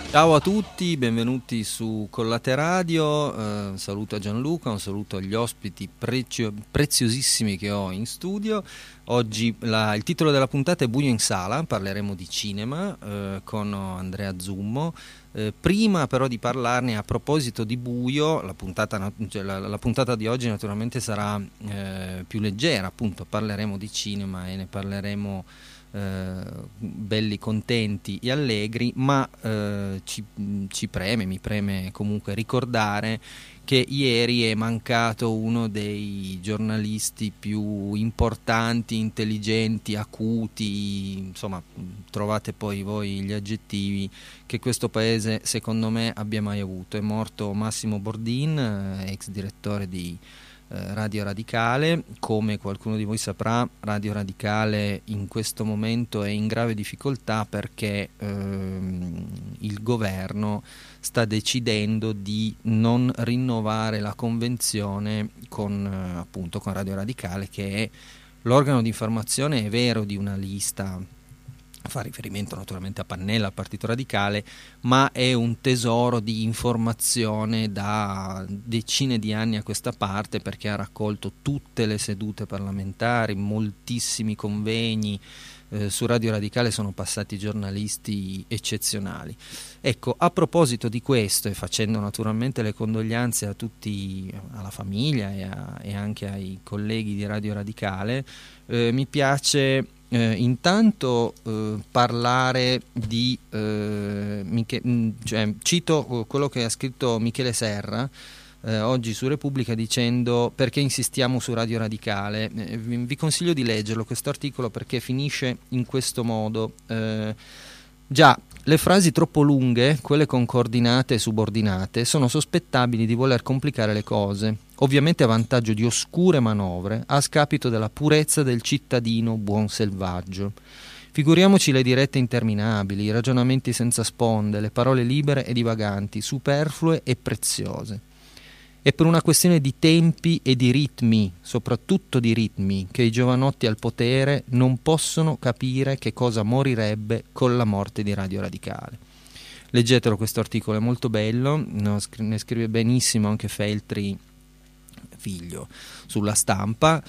Ciao a tutti, benvenuti su Collate Radio, un saluto a Gianluca, un saluto agli ospiti preziosissimi che ho in studio. Oggi il titolo della puntata è Buio in sala, parleremo di cinema con Andrea Zummo. Prima però di parlarne, a proposito di buio, la puntata di oggi naturalmente sarà più leggera, appunto parleremo di cinema e ne parleremo belli, contenti e allegri, ma mi preme comunque ricordare che ieri è mancato uno dei giornalisti più importanti, intelligenti, acuti, insomma trovate poi voi gli aggettivi, che questo paese secondo me abbia mai avuto. È morto Massimo Bordin, ex direttore di Radio Radicale. Come qualcuno di voi saprà, Radio Radicale in questo momento è in grave difficoltà perché il governo sta decidendo di non rinnovare la convenzione con Radio Radicale, che è l'organo di informazione, è vero, di una lista, fa riferimento naturalmente a Pannella, al Partito Radicale, ma è un tesoro di informazione da decine di anni a questa parte, perché ha raccolto tutte le sedute parlamentari, moltissimi convegni. Su Radio Radicale sono passati giornalisti eccezionali. Ecco, a proposito di questo, e facendo naturalmente le condoglianze a tutti, alla famiglia e anche ai colleghi di Radio Radicale, mi piace intanto parlare di cito quello che ha scritto Michele Serra oggi su Repubblica, dicendo: perché insistiamo su Radio Radicale. Vi consiglio di leggerlo questo articolo, perché finisce in questo modo: già, le frasi troppo lunghe, quelle con coordinate e subordinate, sono sospettabili di voler complicare le cose, ovviamente a vantaggio di oscure manovre, a scapito della purezza del cittadino buon selvaggio. Figuriamoci le dirette interminabili, i ragionamenti senza sponde, le parole libere e divaganti, superflue e preziose. È per una questione di tempi e di ritmi, soprattutto di ritmi, che i giovanotti al potere non possono capire che cosa morirebbe con la morte di Radio Radicale. Leggetelo, questo articolo è molto bello, ne scrive benissimo anche Feltri figlio sulla Stampa.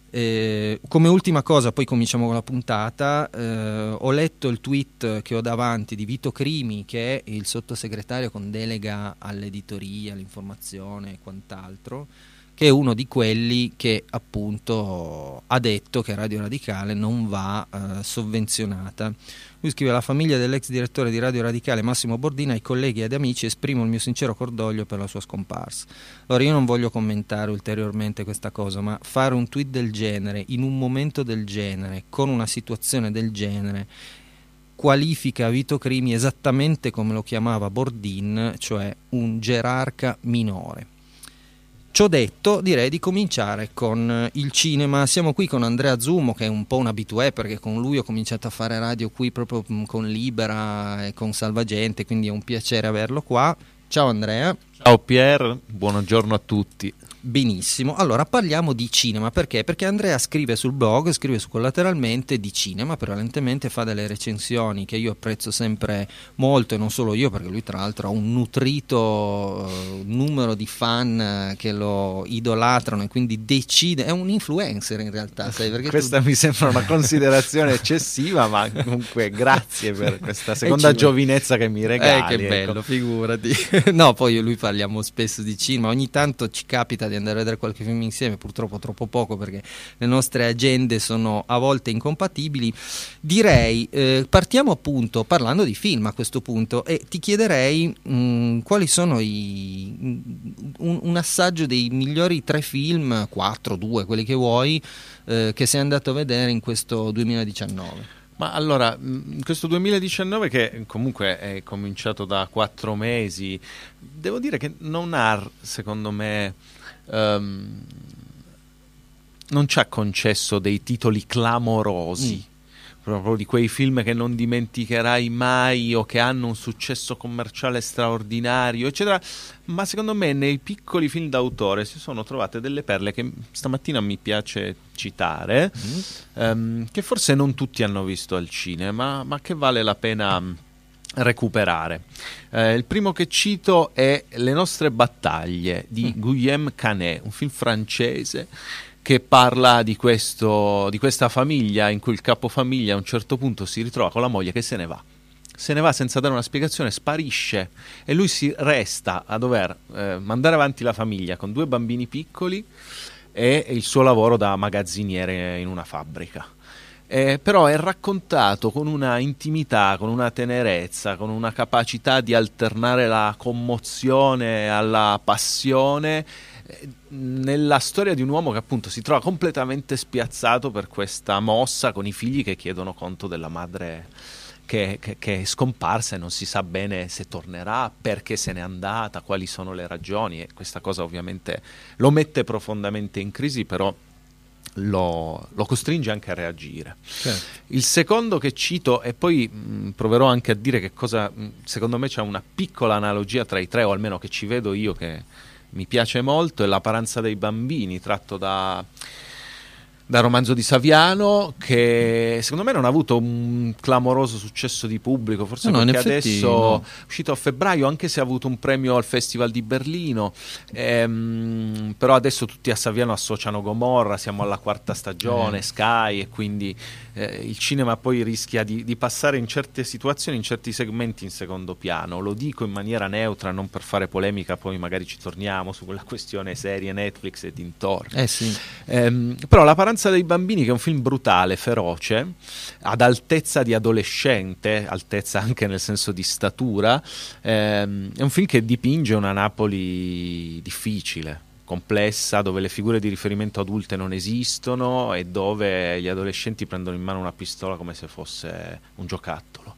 Come ultima cosa, poi cominciamo con la puntata, ho letto il tweet che ho davanti di Vito Crimi, che è il sottosegretario con delega all'editoria, all'informazione e quant'altro, che è uno di quelli che appunto ha detto che Radio Radicale non va sovvenzionata. Lui scrive: alla famiglia dell'ex direttore di Radio Radicale Massimo Bordin, ai colleghi ed amici esprimo il mio sincero cordoglio per la sua scomparsa. Allora, io non voglio commentare ulteriormente questa cosa, ma fare un tweet del genere in un momento del genere, con una situazione del genere, qualifica Vito Crimi esattamente come lo chiamava Bordin, cioè un gerarca minore. Ciò detto, direi di cominciare con il cinema. Siamo qui con Andrea Zummo, che è un po' un habitué, perché con lui ho cominciato a fare radio qui proprio con Libera e con Salvagente, quindi è un piacere averlo qua. Ciao Andrea. Ciao Pier, buongiorno a tutti. Benissimo, allora parliamo di cinema. Perché? Perché Andrea scrive sul blog, scrive su Collateralmente di cinema, prevalentemente fa delle recensioni che io apprezzo sempre molto, e non solo io, perché lui tra l'altro ha un nutrito numero di fan che lo idolatrano e quindi decide, è un influencer in realtà, sai, perché questa mi sembra una considerazione eccessiva, ma comunque grazie per questa seconda giovinezza che mi regali. Che bello, figurati. No, poi io e lui parliamo spesso di cinema, ogni tanto ci capita di andare a vedere qualche film insieme, purtroppo troppo poco perché le nostre agende sono a volte incompatibili. Direi partiamo appunto parlando di film a questo punto, e ti chiederei quali sono un assaggio dei migliori 3 film, 4, 2, quelli che vuoi, che sei andato a vedere in questo 2019. Ma allora, questo 2019, che comunque è cominciato da 4 mesi, devo dire che non ha, secondo me, non ci ha concesso dei titoli clamorosi, proprio di quei film che non dimenticherai mai o che hanno un successo commerciale straordinario, eccetera. Ma secondo me nei piccoli film d'autore si sono trovate delle perle che stamattina mi piace citare, che forse non tutti hanno visto al cinema, ma che vale la pena recuperare. Il primo che cito è Le nostre battaglie di Guillaume Canet, un film francese che parla di questa famiglia in cui il capofamiglia a un certo punto si ritrova con la moglie che se ne va senza dare una spiegazione, sparisce, e lui si resta a dover mandare avanti la famiglia con 2 bambini piccoli e il suo lavoro da magazziniere in una fabbrica. Però è raccontato con una intimità, con una tenerezza, con una capacità di alternare la commozione alla passione, nella storia di un uomo che appunto si trova completamente spiazzato per questa mossa, con i figli che chiedono conto della madre che è scomparsa e non si sa bene se tornerà, perché se n'è andata, quali sono le ragioni, e questa cosa ovviamente lo mette profondamente in crisi, però lo costringe anche a reagire. Certo. Il secondo che cito, e poi proverò anche a dire che cosa secondo me c'è una piccola analogia tra i 3, o almeno che ci vedo io, che mi piace molto, è La paranza dei bambini, tratto da romanzo di Saviano, che secondo me non ha avuto un clamoroso successo di pubblico, forse perché adesso è uscito a febbraio, anche se ha avuto un premio al Festival di Berlino, però adesso tutti a Saviano associano Gomorra, siamo alla 4ª stagione, Sky, e quindi il cinema poi rischia di passare in certe situazioni, in certi segmenti, in secondo piano. Lo dico in maniera neutra, non per fare polemica, poi magari ci torniamo su quella questione serie Netflix e dintorni. Sì. Però La paranza dei bambini, che è un film brutale, feroce, ad altezza di adolescente, altezza anche nel senso di statura, è un film che dipinge una Napoli difficile, complessa, dove le figure di riferimento adulte non esistono e dove gli adolescenti prendono in mano una pistola come se fosse un giocattolo.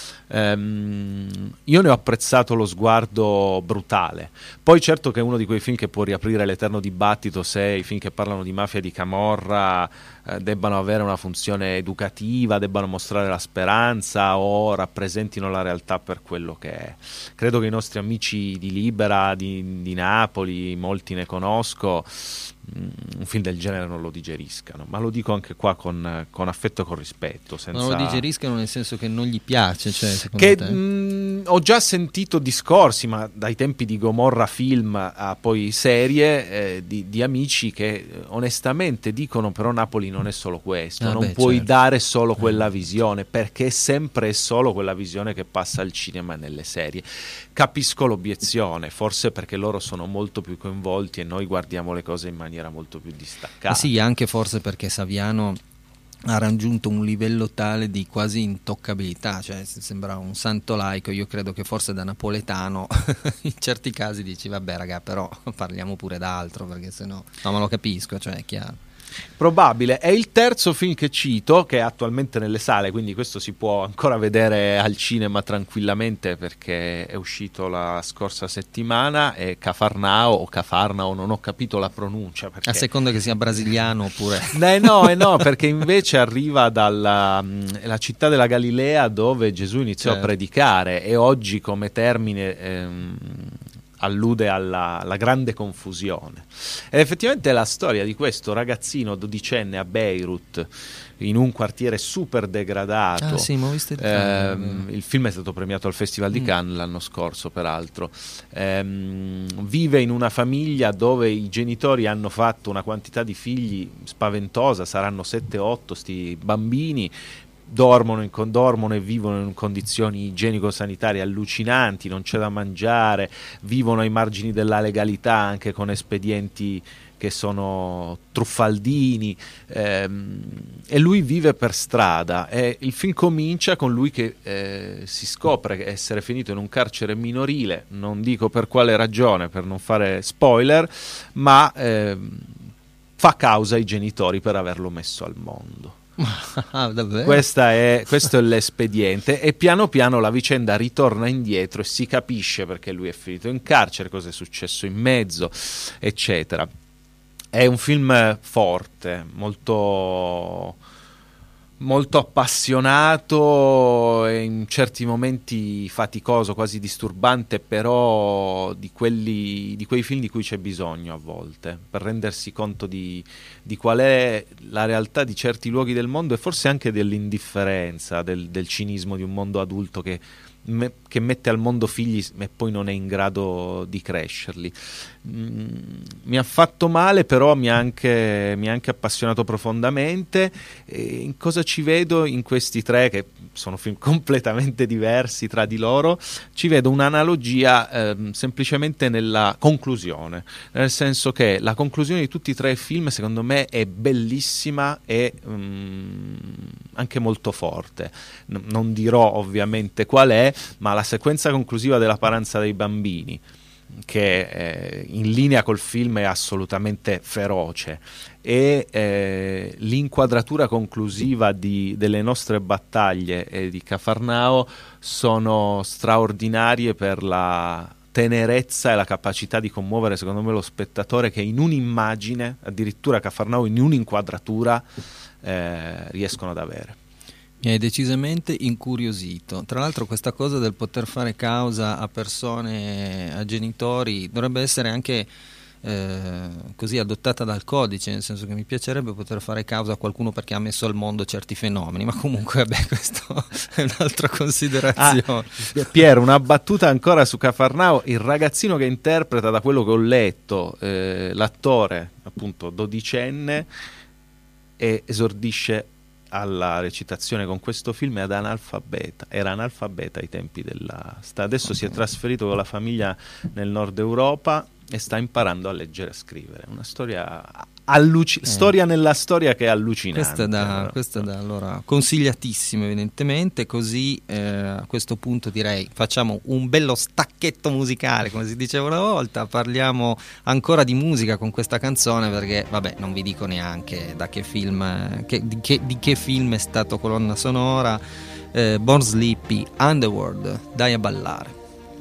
Io ne ho apprezzato lo sguardo brutale. Poi certo che è uno di quei film che può riaprire l'eterno dibattito se i film che parlano di mafia e di camorra debbano avere una funzione educativa, debbano mostrare la speranza o rappresentino la realtà per quello che è. Credo che i nostri amici di Libera, di Napoli, molti ne conosco, un film del genere non lo digeriscano, ma lo dico anche qua con affetto e con rispetto, senza... Non lo digeriscano nel senso che non gli piace, cioè, che te? Ho già sentito discorsi, ma dai tempi di Gomorra film a poi serie, di amici che onestamente dicono però Napoli non è solo questo, non puoi certo. dare solo quella visione, perché sempre è solo quella visione che passa al cinema e nelle serie. Capisco l'obiezione, forse perché loro sono molto più coinvolti e noi guardiamo le cose in maniera molto più distaccata. Sì, anche forse perché Saviano ha raggiunto un livello tale di quasi intoccabilità, cioè sembra un santo laico. Io credo che forse da napoletano in certi casi dici vabbè raga, però parliamo pure d'altro, perché sennò no, ma lo capisco, cioè è chiaro. Probabile. È il terzo film che cito, che è attualmente nelle sale, quindi questo si può ancora vedere al cinema tranquillamente perché è uscito la scorsa settimana, è Cafarnao o Cafarnao, non ho capito la pronuncia perché... A seconda che sia brasiliano oppure... No, perché invece arriva dalla la città della Galilea dove Gesù iniziò a predicare, e oggi come termine allude alla grande confusione. Ed effettivamente è la storia di questo ragazzino dodicenne a Beirut, in un quartiere super degradato. Sì, ma ho visto il film è stato premiato al Festival di Cannes l'anno scorso, peraltro. Vive in una famiglia dove i genitori hanno fatto una quantità di figli spaventosa, saranno 7-8 sti bambini. Dormono e vivono in condizioni igienico-sanitarie allucinanti, non c'è da mangiare, vivono ai margini della legalità anche con espedienti che sono truffaldini, e lui vive per strada, e il film comincia con lui che si scopre essere finito in un carcere minorile, non dico per quale ragione per non fare spoiler, ma fa causa ai genitori per averlo messo al mondo. Questo è l'espediente, e piano piano la vicenda ritorna indietro e si capisce perché lui è finito in carcere, cosa è successo in mezzo, eccetera. È un film forte, molto appassionato e in certi momenti faticoso, quasi disturbante, però di quei film di cui c'è bisogno a volte per rendersi conto di qual è la realtà di certi luoghi del mondo, e forse anche dell'indifferenza, del cinismo di un mondo adulto che che mette al mondo figli e poi non è in grado di crescerli. Mi ha fatto male, però mi ha anche appassionato profondamente. E in cosa ci vedo in questi tre, che sono film completamente diversi tra di loro? Ci vedo un'analogia semplicemente nella conclusione, nel senso che la conclusione di tutti e tre i film secondo me è bellissima e anche molto forte. Non dirò ovviamente qual è, ma la sequenza conclusiva della paranza dei bambini, che in linea col film è assolutamente feroce, e l'inquadratura conclusiva delle nostre battaglie e di Cafarnao sono straordinarie per la tenerezza e la capacità di commuovere secondo me lo spettatore, che in un'immagine, addirittura Cafarnao in un'inquadratura, riescono ad avere. Mi hai decisamente incuriosito. Tra l'altro questa cosa del poter fare causa a persone, a genitori, dovrebbe essere anche così adottata dal codice, nel senso che mi piacerebbe poter fare causa a qualcuno perché ha messo al mondo certi fenomeni, ma comunque vabbè, questo è un'altra considerazione. Piero, una battuta ancora su Cafarnao: il ragazzino che interpreta, da quello che ho letto, l'attore appunto dodicenne, esordisce alla recitazione con questo film era analfabeta ai tempi adesso si è trasferito con la famiglia nel nord Europa e sta imparando a leggere e a scrivere. Una storia storia nella storia, che è allucinante. Questa da allora consigliatissimo evidentemente. Così a questo punto direi facciamo un bello stacchetto musicale, come si diceva una volta, parliamo ancora di musica con questa canzone, perché vabbè, non vi dico neanche da che film di che film è stato colonna sonora. Born Sleepy, Underworld, dai a ballare.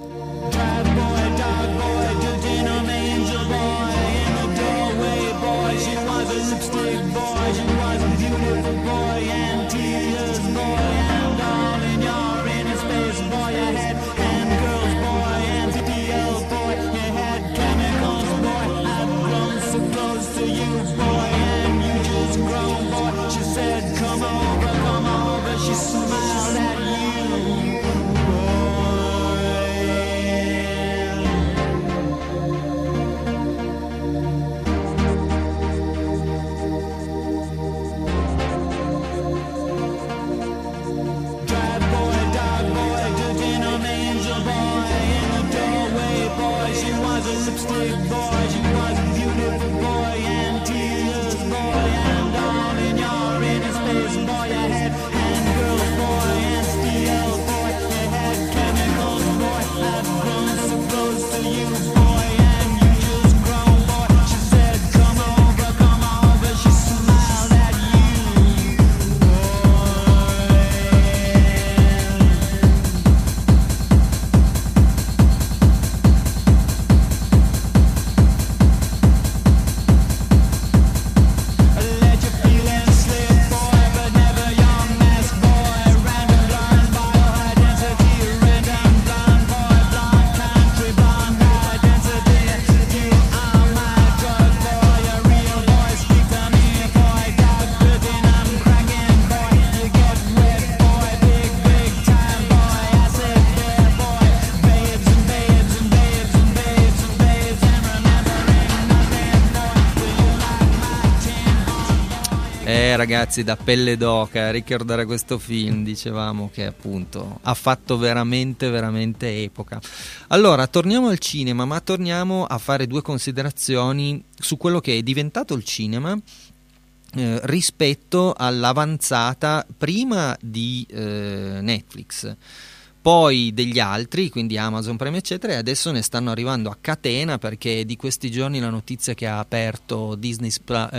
Ragazzi, da pelle d'oca ricordare questo film, dicevamo che appunto ha fatto veramente veramente epoca. Allora torniamo al cinema, ma torniamo a fare due considerazioni su quello che è diventato il cinema rispetto all'avanzata prima di Netflix, poi degli altri, quindi Amazon Prime eccetera, e adesso ne stanno arrivando a catena, perché di questi giorni la notizia che ha aperto Disney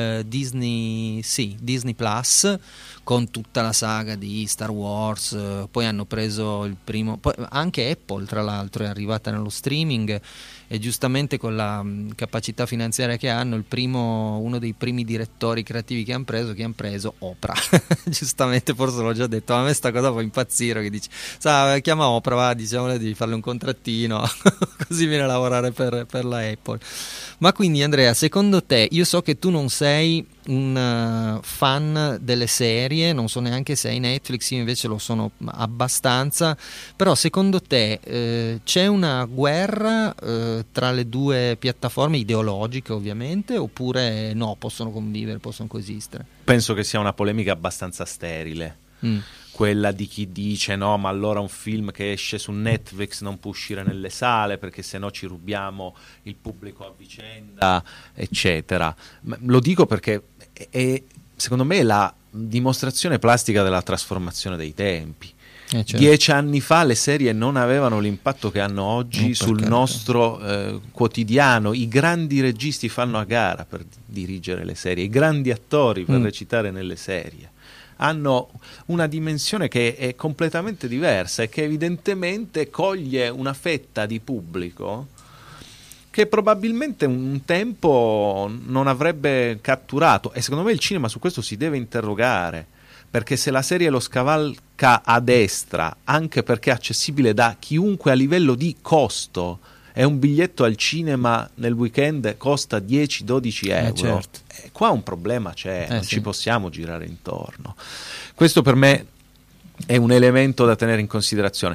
Plus con tutta la saga di Star Wars, poi hanno preso il primo, poi anche Apple tra l'altro è arrivata nello streaming, e giustamente con la capacità finanziaria che hanno, uno dei primi direttori creativi che hanno preso Oprah giustamente, forse l'ho già detto, ma a me sta cosa fa impazzire, che dici, chiama Oprah, va, diciamole di farle un contrattino così viene a lavorare per la Apple. Ma quindi Andrea, secondo te, io so che tu non sei un fan delle serie, non so neanche se hai Netflix, io invece lo sono abbastanza, però secondo te c'è una guerra tra le due piattaforme, ideologiche ovviamente, oppure no, possono convivere, possono coesistere? Penso che sia una polemica abbastanza sterile. Quella di chi dice no, ma allora un film che esce su Netflix non può uscire nelle sale perché sennò ci rubiamo il pubblico a vicenda, eccetera. Ma lo dico perché secondo me è la dimostrazione plastica della trasformazione dei tempi. Certo. 10 anni fa le serie non avevano l'impatto che hanno oggi sul nostro quotidiano. I grandi registi fanno a gara per dirigere le serie, i grandi attori per recitare nelle serie. Hanno una dimensione che è completamente diversa e che evidentemente coglie una fetta di pubblico che probabilmente un tempo non avrebbe catturato, e secondo me il cinema su questo si deve interrogare, perché se la serie lo scavalca a destra, anche perché è accessibile da chiunque a livello di costo, e un biglietto al cinema nel weekend costa 10-12 euro. Certo. Qua un problema c'è, non sì. ci possiamo girare intorno. Questo per me è un elemento da tenere in considerazione.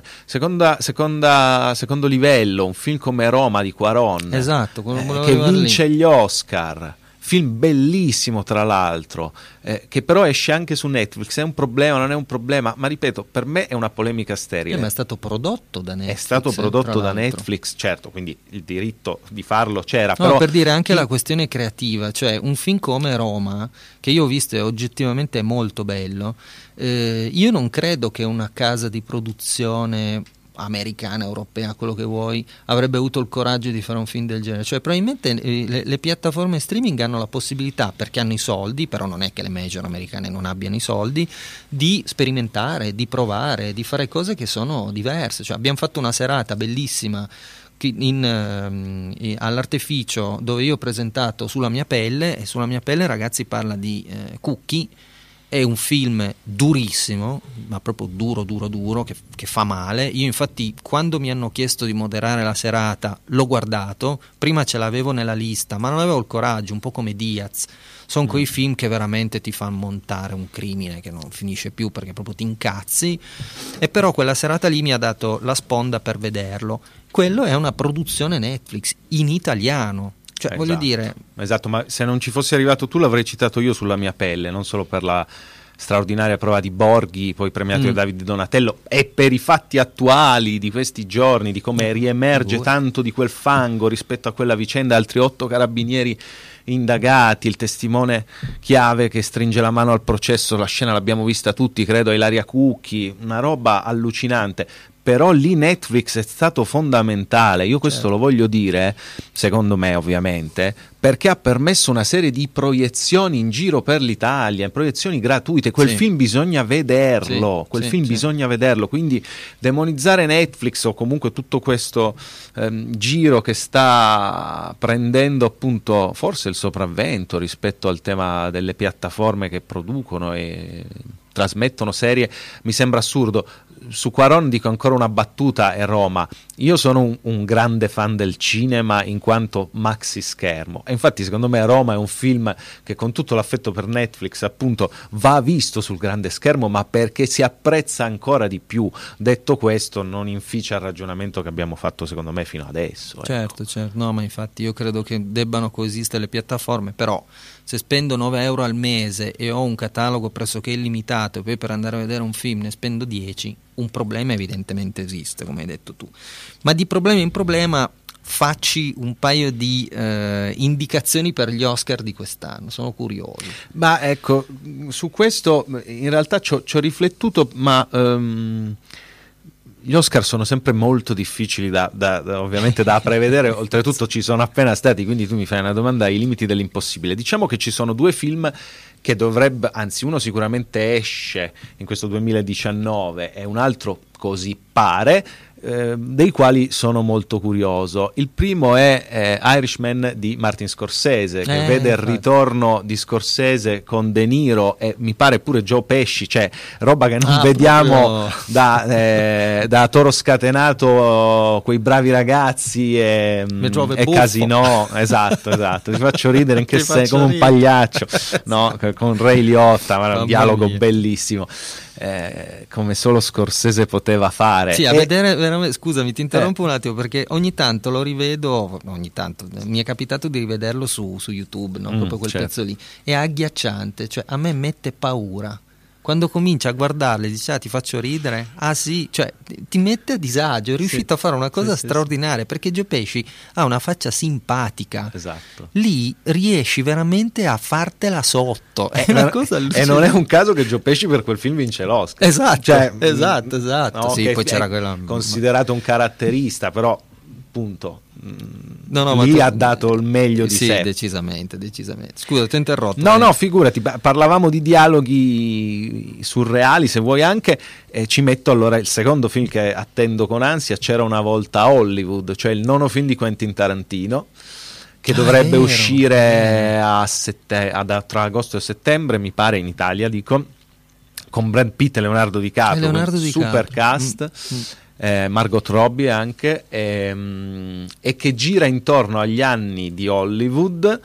Secondo livello, un film come Roma di Cuarón, esatto, che vince gli Oscar, film bellissimo tra l'altro, che però esce anche su Netflix. È un problema, non è un problema? Ma ripeto, per me è una polemica sterile. Ma è stato prodotto da Netflix. È stato prodotto da Netflix, certo, quindi il diritto di farlo c'era. No, però per dire anche la questione creativa, cioè un film come Roma, che io ho visto e oggettivamente è molto bello, io non credo che una casa di produzione americana, europea, quello che vuoi, avrebbe avuto il coraggio di fare un film del genere. Cioè probabilmente le piattaforme streaming hanno la possibilità, perché hanno i soldi, però non è che le major americane non abbiano i soldi, di sperimentare, di provare, di fare cose che sono diverse. Cioè abbiamo fatto una serata bellissima all'Arteficio, dove io ho presentato Sulla mia pelle, e Sulla mia pelle, ragazzi, parla di Cookie. È un film durissimo, ma proprio duro, che fa male. Io infatti quando mi hanno chiesto di moderare la serata l'ho guardato, prima ce l'avevo nella lista, ma non avevo il coraggio, un po' come Diaz. Sono quei film che veramente ti fanno montare un crimine che non finisce più perché proprio ti incazzi, e però quella serata lì mi ha dato la sponda per vederlo. Quello è una produzione Netflix in italiano. Cioè, voglio dire... Esatto, ma se non ci fossi arrivato tu l'avrei citato io Sulla mia pelle, non solo per la straordinaria prova di Borghi, poi premiato da Davide Donatello, e per i fatti attuali di questi giorni, di come riemerge tanto di quel fango rispetto a quella vicenda, altri 8 carabinieri indagati, il testimone chiave che stringe la mano al processo, la scena l'abbiamo vista tutti, credo, a Ilaria Cucchi, una roba allucinante. Però lì Netflix è stato fondamentale, io questo lo voglio dire, secondo me ovviamente, perché ha permesso una serie di proiezioni in giro per l'Italia, proiezioni gratuite. Quel film bisogna vederlo, bisogna vederlo, quindi demonizzare Netflix o comunque tutto questo giro che sta prendendo appunto forse il sopravvento rispetto al tema delle piattaforme che producono e trasmettono serie, mi sembra assurdo. Su Cuarón dico ancora una battuta, e Roma. Io sono un grande fan del cinema in quanto maxi schermo, e infatti secondo me Roma è un film che, con tutto l'affetto per Netflix, appunto va visto sul grande schermo, ma perché si apprezza ancora di più. Detto questo, non inficia il ragionamento che abbiamo fatto secondo me fino adesso. Certo, no, ma infatti io credo che debbano coesistere le piattaforme, però se spendo 9 euro al mese e ho un catalogo pressoché illimitato, e poi per andare a vedere un film ne spendo 10, un problema evidentemente esiste, come hai detto tu. Ma di problema in problema facci un paio di indicazioni per gli Oscar di quest'anno, sono curioso. Ma ecco, su questo in realtà ci ho riflettuto, ma gli Oscar sono sempre molto difficili ovviamente da prevedere, oltretutto ci sono appena stati, quindi tu mi fai una domanda ai limiti dell'impossibile. Diciamo che ci sono 2 film che dovrebbe, anzi uno sicuramente esce in questo 2019 e un altro, così pare, dei quali sono molto curioso. Il primo è Irishman di Martin Scorsese, che vede il ritorno di Scorsese con De Niro e mi pare pure Joe Pesci, cioè roba che non vediamo da Toro Scatenato, quei bravi ragazzi e Casino. Esatto, ti faccio ridere in che senso, come un pagliaccio, no? Con Ray Liotta, ma un dialogo bellissimo. Come solo Scorsese poteva fare. Sì, a vedere veramente, scusami, ti interrompo un attimo, perché ogni tanto lo rivedo, mi è capitato di rivederlo su YouTube, no? Proprio quel pezzo lì, è agghiacciante, cioè a me mette paura. Quando comincia a guardarle dice ti faccio ridere, sì, cioè ti mette a disagio, è riuscito a fare una cosa straordinaria, perché Joe Pesci ha una faccia simpatica, esatto. Lì riesci veramente a fartela sotto, è una cosa allucinante. E non è un caso che Joe Pesci per quel film vince l'Oscar. Esatto. No, sì, poi c'era quella considerato un caratterista, però appunto lì ha dato il meglio di sé. Decisamente. Scusa, ti ho interrotto. No, figurati, parlavamo di dialoghi surreali, se vuoi anche, ci metto allora il secondo film che attendo con ansia, C'era una volta a Hollywood, cioè il nono film di Quentin Tarantino, che dovrebbe uscire tra agosto e settembre, mi pare, in Italia, dico, con Brad Pitt e Leonardo DiCaprio, super cast. Margot Robbie anche, e che gira intorno agli anni di Hollywood,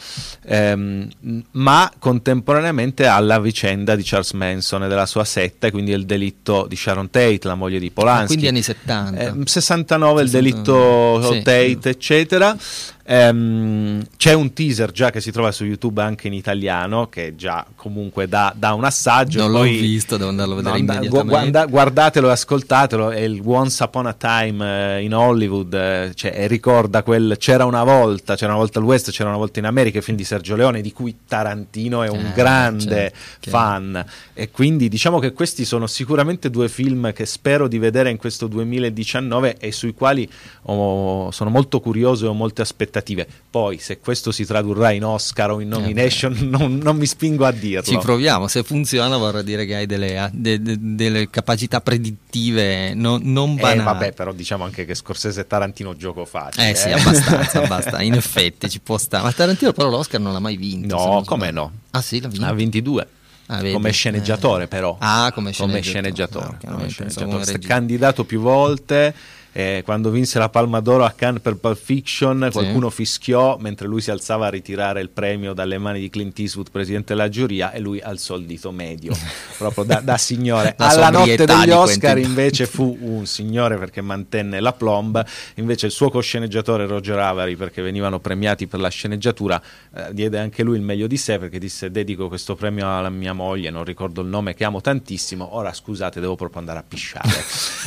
ma contemporaneamente alla vicenda di Charles Manson e della sua setta, e quindi il delitto di Sharon Tate, la moglie di Polanski, quindi anni 70, 69 il delitto Tate, eccetera. C'è un teaser già che si trova su YouTube anche in italiano, che già comunque dà un assaggio. Non l'ho visto, devo andarlo a vedere immediatamente. Guardatelo e ascoltatelo. È il Once Upon a Time in Hollywood, ricorda c'era una volta il West, c'era una volta in America, il film di Sergio Leone, di cui Tarantino è un grande fan, e quindi diciamo che questi sono sicuramente due film che spero di vedere in questo 2019 e sui quali sono molto curioso e ho molte aspettative. Poi se questo si tradurrà in Oscar o in nomination non mi spingo a dirlo. Ci proviamo, se funziona vorrà dire che hai delle capacità predittive non banali. Vabbè, però diciamo anche che Scorsese e Tarantino gioco facile. Sì, abbastanza, in effetti ci può stare. Ma Tarantino però l'Oscar non l'ha mai vinto. No, come no? Ah sì, l'ha vinto? Ha 22. Come sceneggiatore però. Come sceneggiatore. Candidato più volte. Quando vinse la Palma d'Oro a Cannes per Pulp Fiction, qualcuno fischiò mentre lui si alzava a ritirare il premio dalle mani di Clint Eastwood, presidente della giuria, e lui alzò il dito medio proprio da signore. Alla notte degli Oscar invece fu un signore, perché mantenne la plomb. Invece il suo cosceneggiatore Roger Avary, perché venivano premiati per la sceneggiatura, diede anche lui il meglio di sé, perché disse: dedico questo premio alla mia moglie, non ricordo il nome, che amo tantissimo, ora scusate, devo proprio andare a pisciare.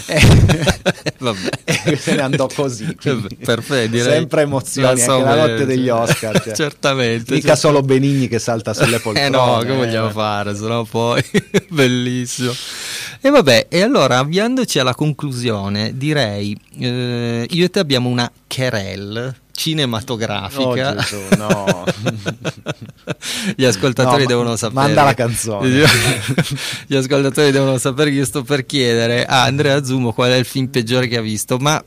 Vabbè. E se ne andò così. Perfetto, sempre emozioni, anche la notte degli Oscar. Certamente. Mica solo Benigni che salta sulle poltrone. No, che vogliamo fare? Sennò poi bellissimo. E vabbè, e allora avviandoci alla conclusione, direi io e te abbiamo una querelle cinematografica. Gesù, no. Gli ascoltatori devono sapere. Manda la canzone. Gli ascoltatori devono sapere che io sto per chiedere a Andrea Zumo qual è il film peggiore che ha visto, ma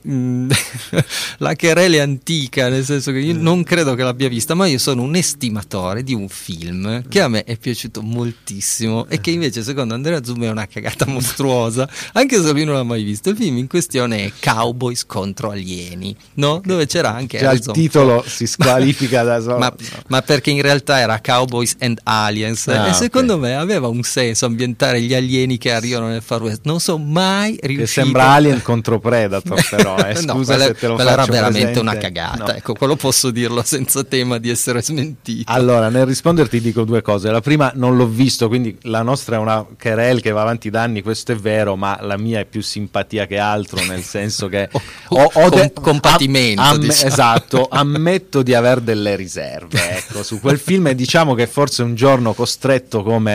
la querela è antica, nel senso che io non credo che l'abbia vista, ma io sono un estimatore di un film che a me è piaciuto moltissimo e che invece secondo Andrea Zumo è una cagata mostruosa, anche se lui non l'ha mai visto. Il film in questione è Cowboys contro alieni, no? Dove c'era anche il titolo si squalifica da solo. Ma perché in realtà era Cowboys and Aliens, e secondo me aveva un senso ambientare gli alieni che arrivano nel Far West. Non sono mai riuscito. Che sembra Alien contro Predator, però scusa se te lo faccio era veramente presente. una cagata, no. Ecco, quello posso dirlo senza tema di essere smentito. Allora, nel risponderti dico due cose. La prima, non l'ho visto, quindi la nostra è una querelle che va avanti da anni, questo è vero, ma la mia è più simpatia che altro, nel senso che compatimento, diciamo. Esatto. Ammetto di aver delle riserve, ecco, su quel film, e diciamo che forse un giorno, costretto come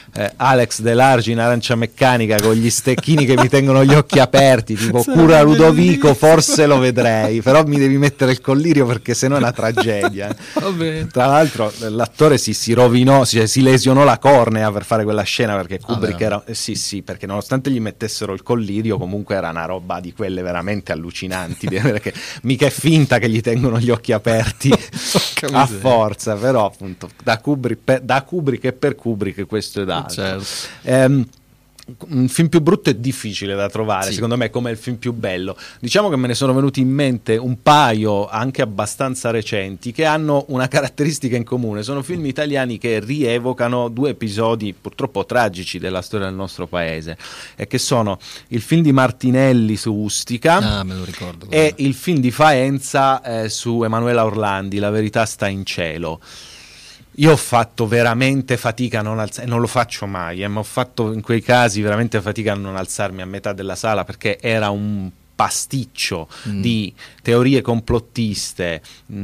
Alex De Largi in Arancia Meccanica con gli stecchini che mi tengono gli occhi aperti, tipo Cura Ludovico, forse lo vedrei, però mi devi mettere il collirio perché sennò è una tragedia. Tra l'altro l'attore si rovinò, cioè si lesionò la cornea per fare quella scena, perché Kubrick era sì, perché nonostante gli mettessero il collirio comunque era una roba di quelle veramente allucinanti, perché mica è finta che gli tengono gli occhi aperti a forza, però appunto da Kubrick e per Kubrick questo è da altro. Un film più brutto è difficile da trovare, secondo me, come il film più bello. Diciamo che me ne sono venuti in mente un paio anche abbastanza recenti che hanno una caratteristica in comune. Sono film italiani che rievocano due episodi purtroppo tragici della storia del nostro paese, e che sono il film di Martinelli su Ustica, me lo ricordo, e il film di Faenza su Emanuela Orlandi, La verità sta in cielo. Io ho fatto veramente fatica a non alzare, non lo faccio mai, ma ho fatto in quei casi veramente fatica a non alzarmi a metà della sala, perché era un pasticcio di teorie complottiste,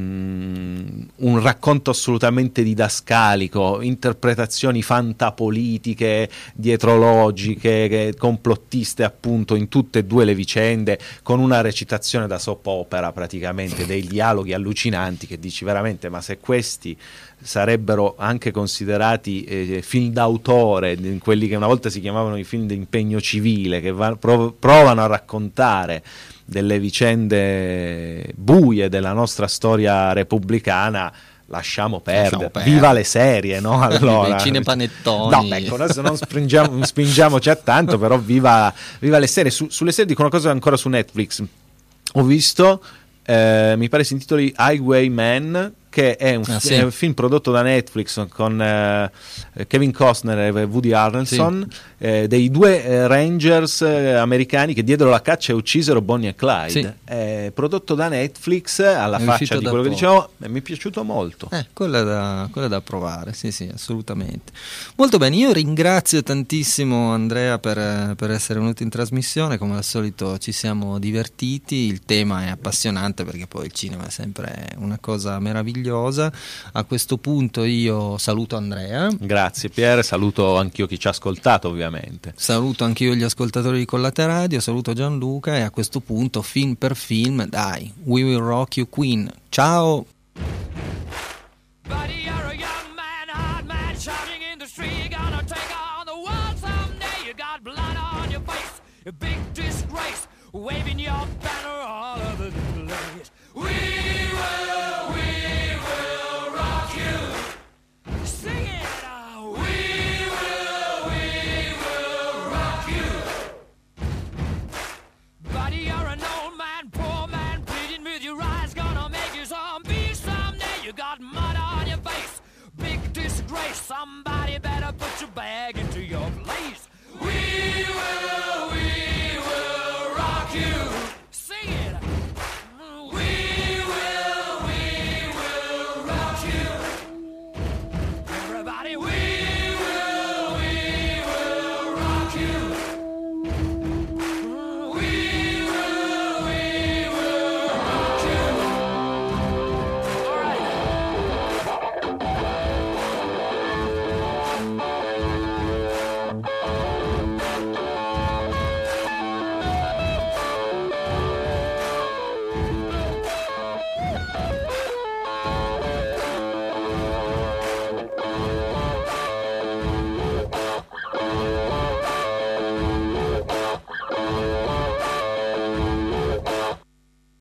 un racconto assolutamente didascalico, interpretazioni fantapolitiche, dietrologiche, complottiste appunto in tutte e due le vicende, con una recitazione da soap opera praticamente, dei dialoghi allucinanti che dici veramente, ma se questi sarebbero anche considerati film d'autore, quelli che una volta si chiamavano i film di impegno civile, che provano a raccontare delle vicende buie della nostra storia repubblicana, lasciamo perdere. Viva le serie, no? Allora, i cinepanettoni. No, ecco, adesso non spingiamoci a tanto, però viva le serie. Sulle serie dico una cosa ancora su Netflix. Ho visto, mi pare si intitoli Highwayman, che è è un film prodotto da Netflix con Kevin Costner e Woody Harrelson, dei due Rangers americani che diedero la caccia e uccisero Bonnie e Clyde. Prodotto da Netflix, alla faccia di quello che dicevo, mi è piaciuto molto. Quella da provare, sì, assolutamente. Molto bene, io ringrazio tantissimo Andrea per essere venuto in trasmissione, come al solito ci siamo divertiti, il tema è appassionante perché poi il cinema è sempre una cosa meravigliosa. A questo punto io saluto Andrea. Grazie Pier, saluto anch'io chi ci ha ascoltato ovviamente. Saluto anch'io gli ascoltatori di Collateradio, saluto Gianluca e a questo punto film per film, dai, We Will Rock You Queen. Ciao! Buddy, you're a young man, hard man, shouting in the street, you're gonna take on the world someday, you got blood on your face, a big disgrace, waving your banner all over the place. We will